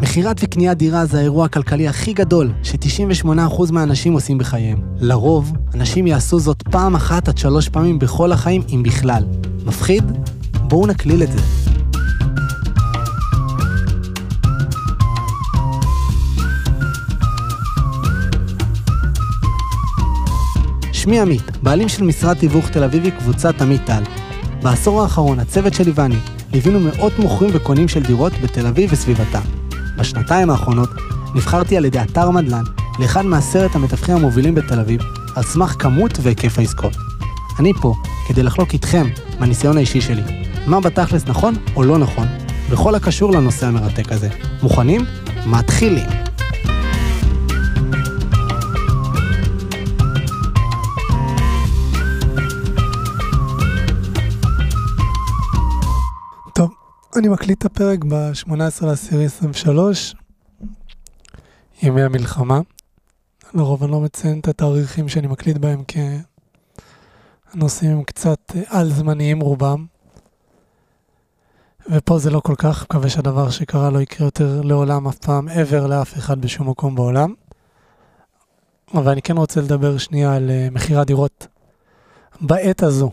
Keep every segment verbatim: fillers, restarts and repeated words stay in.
מחירת וקניית דירה זה האירוע הכלכלי הכי גדול ש-תשעים ושמונה אחוז מהאנשים עושים בחייהם. לרוב, אנשים יעשו זאת פעם אחת עד שלוש פעמים בכל החיים, אם בכלל. מפחיד? בואו נקליל את זה. שמי עמית, בעלים של משרד תיווך תל אביבי קבוצת עמית טל. בעשור האחרון, הצוות שלי ואני ליווינו מאות מוכרים וקונים של דירות בתל אביב וסביבתה. בשנתיים האחרונות נבחרתי על ידי אתר מדלן לאחד מעשרת המתווכים המובילים בתל אביב על סמך כמות והיקף העסקות. אני פה כדי לחלוק איתכם מהניסיון האישי שלי, מה בתכלס נכון או לא נכון, בכל הקשור לנושא המרתק הזה. מוכנים? מתחילים! אני מקליט את הפרק ב-שמונה עשרה באוקטובר עשרים ושלוש, ימי המלחמה. לרוב אני לא מציין את התאריכים שאני מקליט בהם, כי הנושאים הם קצת על זמניים רובם. ופה זה לא כל כך, מקווה שהדבר שקרה לא יקרה יותר לעולם אף פעם, עבר לאף אחד בשום מקום בעולם. אבל אני כן רוצה לדבר שנייה על מחירת דירות בעת הזו.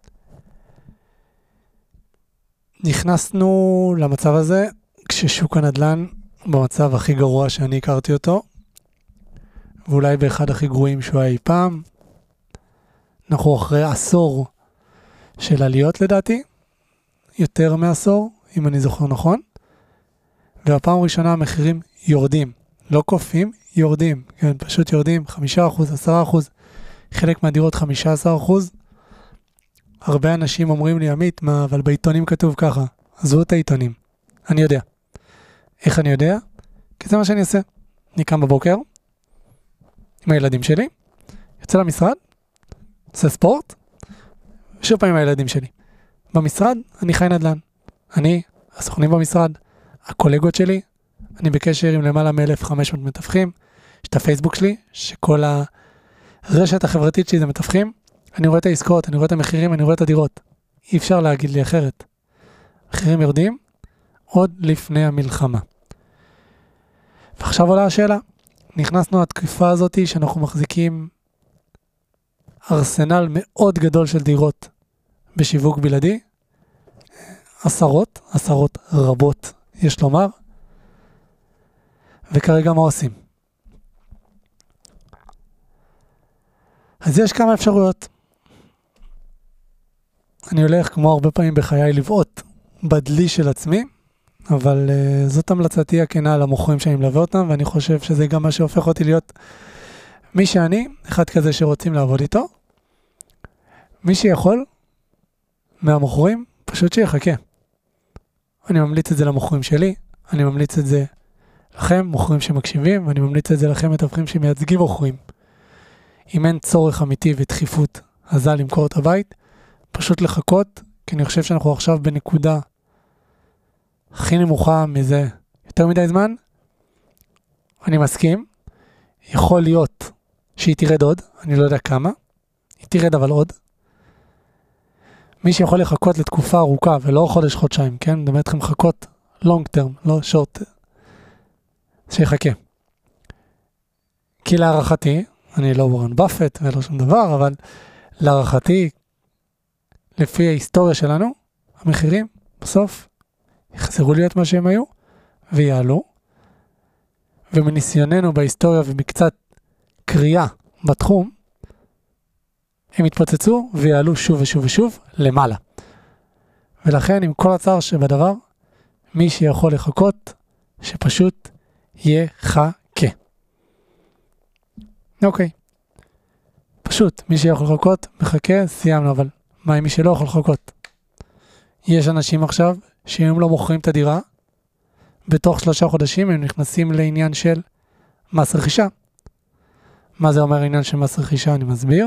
נכנסנו למצב הזה כששוק הנדל"ן במצב הכי גרוע שאני הכרתי אותו, ואולי באחד הכי גרועים שהוא היה אי פעם. אנחנו אחרי עשור של עליות לדעתי, יותר מעשור, אם אני זוכר נכון, והפעם הראשונה המחירים יורדים, לא קופים, יורדים, כן, פשוט יורדים, חמישה אחוז, עשרה אחוז, חלק מהדירות חמישה עשר אחוז, הרבה אנשים אומרים לי, עמית, מה, אבל בעיתונים כתוב ככה. עזבו את העיתונים. אני יודע. איך אני יודע? כי זה מה שאני עושה. אני קם בבוקר, עם הילדים שלי, יוצא למשרד, עושה ספורט, ושוב פעם עם הילדים שלי. במשרד, אני חי נדל"ן. אני, הסוכנים במשרד, הקולגות שלי, אני בקשר עם למעלה מ-אלף וחמש מאות מתווכים, יש את הפייסבוק שלי, שכל הרשת החברתית שלי זה מתווכים, אני רואה את העסקאות, אני רואה את המחירים, אני רואה את הדירות. אי אפשר להגיד לי אחרת. מחירים יורדים עוד לפני המלחמה. ועכשיו עולה השאלה. נכנסנו לתקופה הזאת שאנחנו מחזיקים ארסנל מאוד גדול של דירות בשיווק בלעדי. עשרות, עשרות רבות, יש לומר. וכרגע מה עושים? אז יש כמה אפשרויות. אני הולך כמו הרבה פעמים בחיי לבעוט בדלי של עצמי, אבל uh, זאת המלצתי הכנה למוכרים שאני מלווה אותם, ואני חושב שזה גם מה שהופך אותי להיות מי שאני, אחד כזה שרוצים לעבוד איתו. מי שיכול מהמוכרים, פשוט שיחכה. אני ממליץ את זה למוכרים שלי, אני ממליץ את זה לכם, מוכרים שמקשיבים, ואני ממליץ את זה לכם, מתווכים שמייצגים מוכרים. אם אין צורך אמיתי ודחיפות עזה למכור את הבית, פשוט לחכות, כי אני חושב שאנחנו עכשיו בנקודה הכי נמוכה מזה יותר מדי זמן. אני מסכים. יכול להיות שהיא תרד עוד, אני לא יודע כמה. היא תרד אבל עוד. מי שיכול לחכות לתקופה ארוכה, ולא חודש חודשיים, כן? מדבר אתכם לחכות long term, לא short. שיחכה. כי להערכתי, אני לא וורן באפט ולא שום דבר, אבל להערכתי, לפי ההיסטוריה שלנו, המחירים בסוף יחזרו להיות מה שהם היו ויעלו. ומניסיוננו בהיסטוריה ומקצת קריאה בתחום, הם יתפוצצו ויעלו שוב ושוב ושוב למעלה. ולכן עם כל הצער שבדבר, מי שיכול לחכות, שפשוט יחכה. אוקיי. פשוט, מי שיכול לחכות, מחכה, סיימנו, אבל מה עם מי שלא יכול לחכות? יש אנשים עכשיו שאם לא מוכרים את הדירה, בתוך שלושה חודשים הם נכנסים לעניין של מס רכישה. מה זה אומר עניין של מס רכישה? אני מסביר.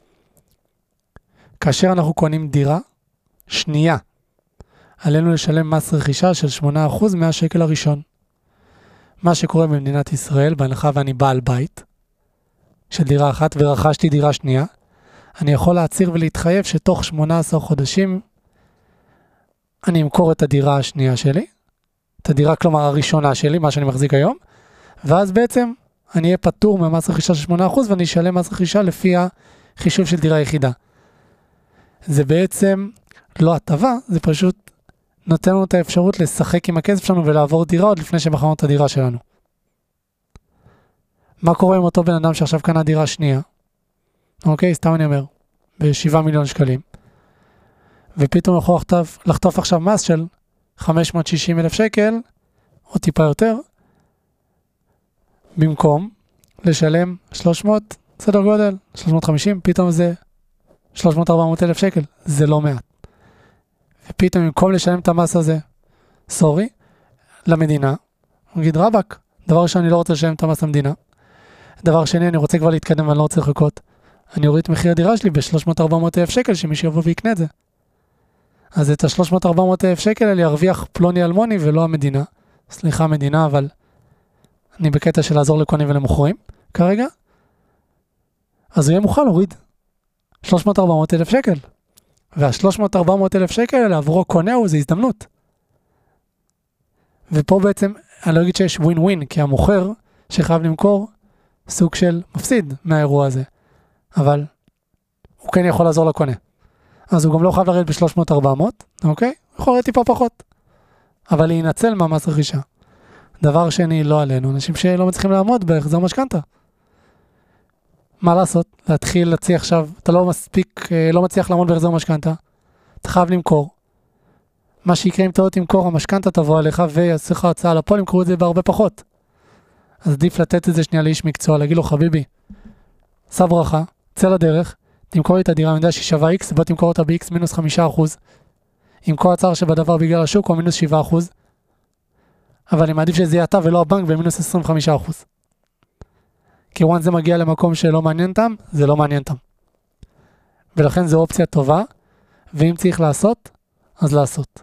כאשר אנחנו קונים דירה שנייה, עלינו לשלם מס רכישה של שמונה אחוז מהשקל הראשון. מה שקורה במדינת ישראל, בהנחה ואני בעל בית, של דירה אחת ורכשתי דירה שנייה, אני יכול להצהיר ולהתחייב שתוך שמונה עשרה חודשים אני אמכור את הדירה השנייה שלי, את הדירה, כלומר הראשונה שלי, מה שאני מחזיק היום, ואז בעצם אני אהיה פטור ממס רכישה של שמונה אחוז, ואני אשלם מס רכישה לפי החישוב של דירה יחידה. זה בעצם לא הטבה, זה פשוט נותן לנו את האפשרות לשחק עם הכסף שלנו ולעבור דירה עוד לפני שמכרנו את הדירה שלנו. מה קורה עם אותו בן אדם שעכשיו קנה דירה שנייה? אוקיי, סתם אני אומר, ב-שבעה מיליון שקלים, ופתאום יכול לחטוף, לחטוף עכשיו מס של חמש מאות ושישים אלף שקל, או טיפה יותר, במקום לשלם שלוש מאות, סדר גודל, שלוש מאות וחמישים, פתאום זה שלוש מאות ארבע מאות אלף שקל, זה לא מעט. ופתאום במקום לשלם את המס הזה, סורי, למדינה, הוא יגיד רבק, דבר שאני לא רוצה לשלם את המס למדינה, דבר שני, אני רוצה כבר להתקדם ואני לא רוצה לחכות, אני אוריד מחיר הדירה שלי ב-שלוש מאות ארבע מאות אלף שקל, שמישהו יבוא ויקנה את זה. אז את ה-שלוש מאות ארבע מאות אלף שקל אני ארוויח פלוני אלמוני ולא המדינה. סליחה המדינה, אבל אני בקטע של לעזור לקונים ולמוכרים כרגע. אז הוא יהיה מוכן להוריד שלוש מאות ארבע מאות אלף שקל. וה-שלוש מאות ארבע מאות אלף שקל האלה עבורו קונהו, זה הזדמנות. ופה בעצם אני לא אגיד שיש ווין ווין, כי המוכר שחייב למכור סוג של מפסיד מהאירוע הזה. אבל הוא כן יכול לעזור לקונה. אז הוא גם לא חייב לרדת ב-שלוש מאות ארבע מאות, אוקיי? הוא יכול לרדת טיפה פחות. אבל להינצל מהמס רכישה. דבר שני, לא עלינו, אנשים שלא מצליחים לעמוד בהחזר משכנתה. מה לעשות? להתחיל להציע עכשיו, אתה לא מספיק, לא מצליח לעמוד בהחזר משכנתה, אתה חייב למכור. מה שיקרה אם אתה לא תמכור, המשכנתה תבוא עליך ויעשה לך הצעה לפועל, ימכרו את זה בהרבה פחות. אז עדיף לתת את זה שנייה לאיש מקצוע, להגיד לו חביבי, שא ברכה, צא לדרך, תמכור לי את הדירה, אני יודע שהיא שווה X, בוא תמכור אותה ב-X מינוס חמישה אחוז, עם כל הצער שבדבר בגלל השוק הוא מינוס שבעה אחוז, אבל אני מעדיף שזה יהיה אתה ולא הבנק במינוס עשרים וחמישה אחוז. כי וואן זה מגיע למקום שלא מעניין אותם, זה לא מעניין אותם. ולכן זו אופציה טובה, ואם צריך לעשות, אז לעשות.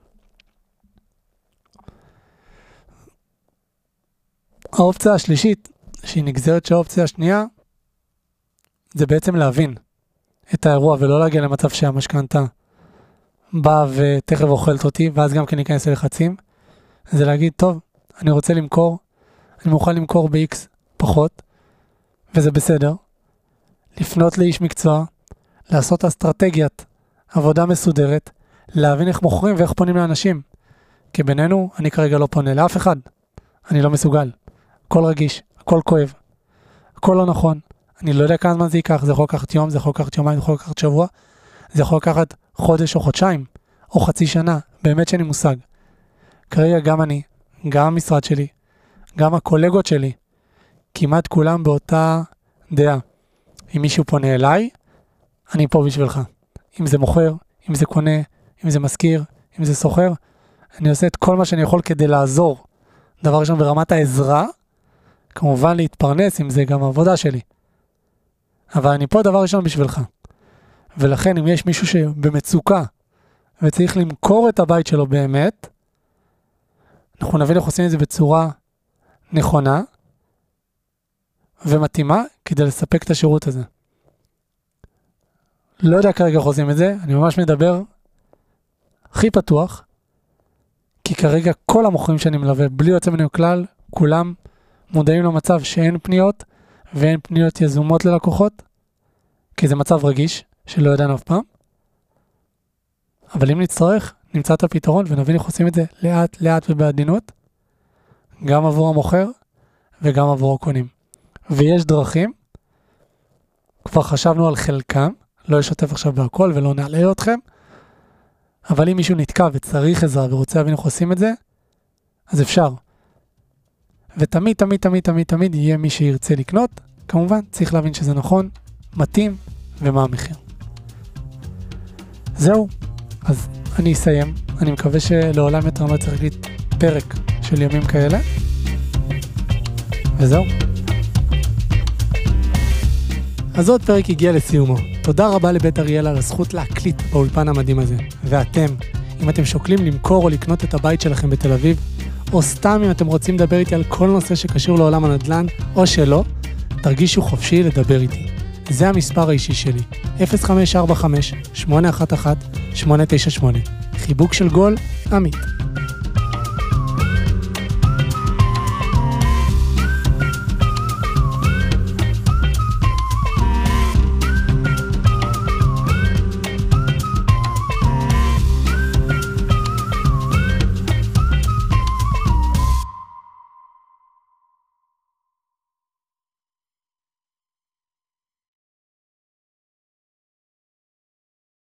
האופציה השלישית, שהיא נגזרת של האופציה השנייה, זה בעצם להבין את האירוע ולא להגיע למצב שהמשכנתה באה ותכף אוכלת אותי, ואז גם כן ניכנס ללחצים. זה להגיד, טוב, אני רוצה למכור, אני מוכן למכור ב-X פחות, וזה בסדר. לפנות לאיש מקצוע, לעשות אסטרטגיית עבודה מסודרת, להבין איך מוכרים ואיך פונים לאנשים. כי בינינו, אני כרגע לא פונה לאף אחד. אני לא מסוגל. הכל רגיש, הכל כואב, הכל לא נכון. אני לא יודע כמה זמן זה ייקח, זה יכול לקחת יום, זה יכול לקחת יומיים, זה יכול לקחת שבוע, זה יכול לקחת חודש או חודשיים, או חצי שנה, באמת שאין לי מושג. כרגע גם אני, גם המשרד שלי, גם הקולגות שלי, כמעט כולם באותה דעה. אם מישהו פונה אליי, אני פה בשבילך. אם זה מוכר, אם זה קונה, אם זה מזכיר, אם זה סוחר, אני עושה את כל מה שאני יכול כדי לעזור. דבר ראשון ברמת העזרה, כמובן להתפרנס, אם זה גם העבודה שלי. אבל אני פה דבר ראשון בשבילך. ולכן אם יש מישהו שבמצוקה וצריך למכור את הבית שלו באמת, אנחנו נבין איך עושים את זה בצורה נכונה ומתאימה כדי לספק את השירות הזה. לא יודע כרגע איך עושים את זה, אני ממש מדבר הכי פתוח, כי כרגע כל המוכרים שאני מלווה, בלי יוצא מן הכלל, כולם מודעים למצב שאין פניות, ואין פניות יזומות ללקוחות, כי זה מצב רגיש, שלא ידענו אף פעם. אבל אם נצטרך, נמצא את הפתרון, ונבין איך עושים את זה לאט לאט ובעדינות, גם עבור המוכר, וגם עבור הקונים. ויש דרכים, כבר חשבנו על חלקם, לא לשתף עכשיו בהכל, ולא נעלה אתכם, אבל אם מישהו נתקע וצריך עזרה, ורוצה להבין איך עושים את זה, אז אפשר. ותמיד, תמיד, תמיד, תמיד, תמיד יהיה מי שירצה לקנות. כמובן, צריך להבין שזה נכון, מתאים, ומה המחיר. זהו. אז אני אסיים. אני מקווה שלעולם יותר לא צריך להגיד פרק של ימים כאלה. וזהו. אז עוד פרק הגיע לסיומו. תודה רבה לבית אריאלה על הזכות להקליט באולפן המדהים הזה. ואתם, אם אתם שוקלים למכור או לקנות את הבית שלכם בתל אביב, או סתם אם אתם רוצים לדבר איתי על כל נושא שקשור לעולם הנדל"ן, או שלא, תרגישו חופשי לדבר איתי. זה המספר האישי שלי, אפס חמש ארבע חמש שמונה אחת אחת שמונה תשע שמונה. חיבוק של גול, עמית.